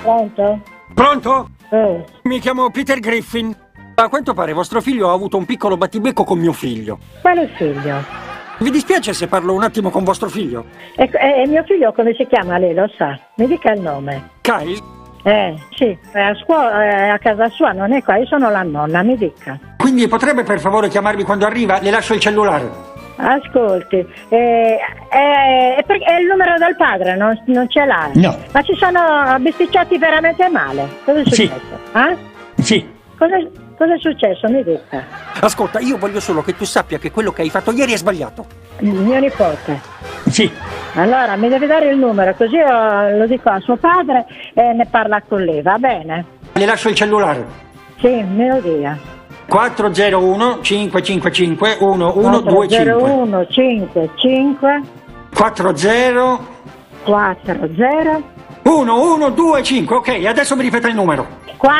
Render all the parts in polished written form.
Pronto? Pronto? Oh. Mi chiamo Peter Griffin. A quanto pare vostro figlio ha avuto un piccolo battibecco con mio figlio. Quale figlio? Vi dispiace se parlo un attimo con vostro figlio? E mio figlio come si chiama? Lei lo sa? Mi dica il nome. Kyle? Sì, è a scuola, è a casa sua, non è qua, io sono la nonna, mi dica. Quindi potrebbe per favore chiamarmi quando arriva? Le lascio il cellulare. Ascolti, è il numero del padre, non ce l'ha? No. Ma ci sono bisticciati veramente male. Cosa è successo? Sì. Cosa è successo? Mi dica. Ascolta, io voglio solo che tu sappia che quello che hai fatto ieri è sbagliato. Mio nipote. Sì. Allora, mi deve dare il numero, così io lo dico a suo padre e ne parla con lei, va bene? Le lascio il cellulare. Sì, me lo dia. 401 555 1125 401 55 40 40 1125. Ok, adesso mi ripeta il numero.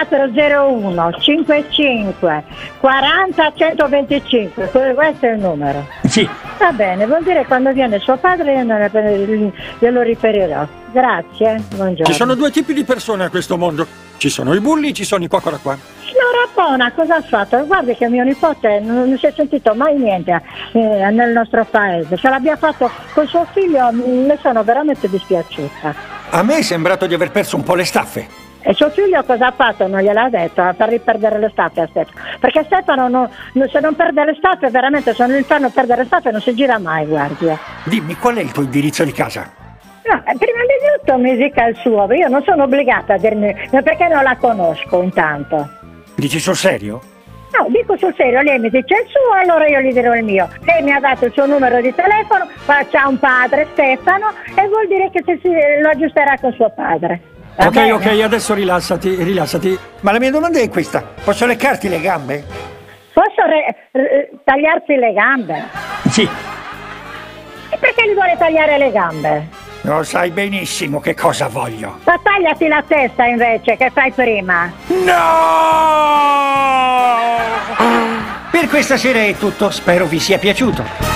401 55 40 125. Questo è il numero. Sì. Va bene, vuol dire quando viene suo padre glielo riferirò. Grazie, buongiorno. Ci sono due tipi di persone a questo mondo. Ci sono i bulli, ci sono i qua. Signora Pona, cosa ha fatto? Guardi che mio nipote non si è sentito mai niente nel nostro paese. Se l'abbia fatto con suo figlio ne sono veramente dispiaciuta. A me è sembrato di aver perso un po' le staffe. E suo figlio cosa ha fatto? Non gliel'ha detto, a fargli perdere le staffe a Stefano. Perché Stefano se non perde le staffe, veramente se non gli fanno perdere le staffe non si gira mai, guardi. Dimmi, qual è il tuo indirizzo di casa? No, prima di tutto mi dica il suo, io non sono obbligata a dirmi, perché non la conosco intanto. Dici sul serio? No, dico sul serio, lei mi dice il suo, allora io gli dirò il mio. Lei mi ha dato il suo numero di telefono, c'ha un padre, Stefano, e vuol dire che lo aggiusterà con suo padre. Va bene? Ok, adesso rilassati. Ma la mia domanda è questa: posso leccarti le gambe? Posso tagliarsi le gambe? Sì. E perché gli vuole tagliare le gambe? Lo sai benissimo che cosa voglio. Ma tagliati la testa invece, che fai prima. No! Per questa sera è tutto, spero vi sia piaciuto.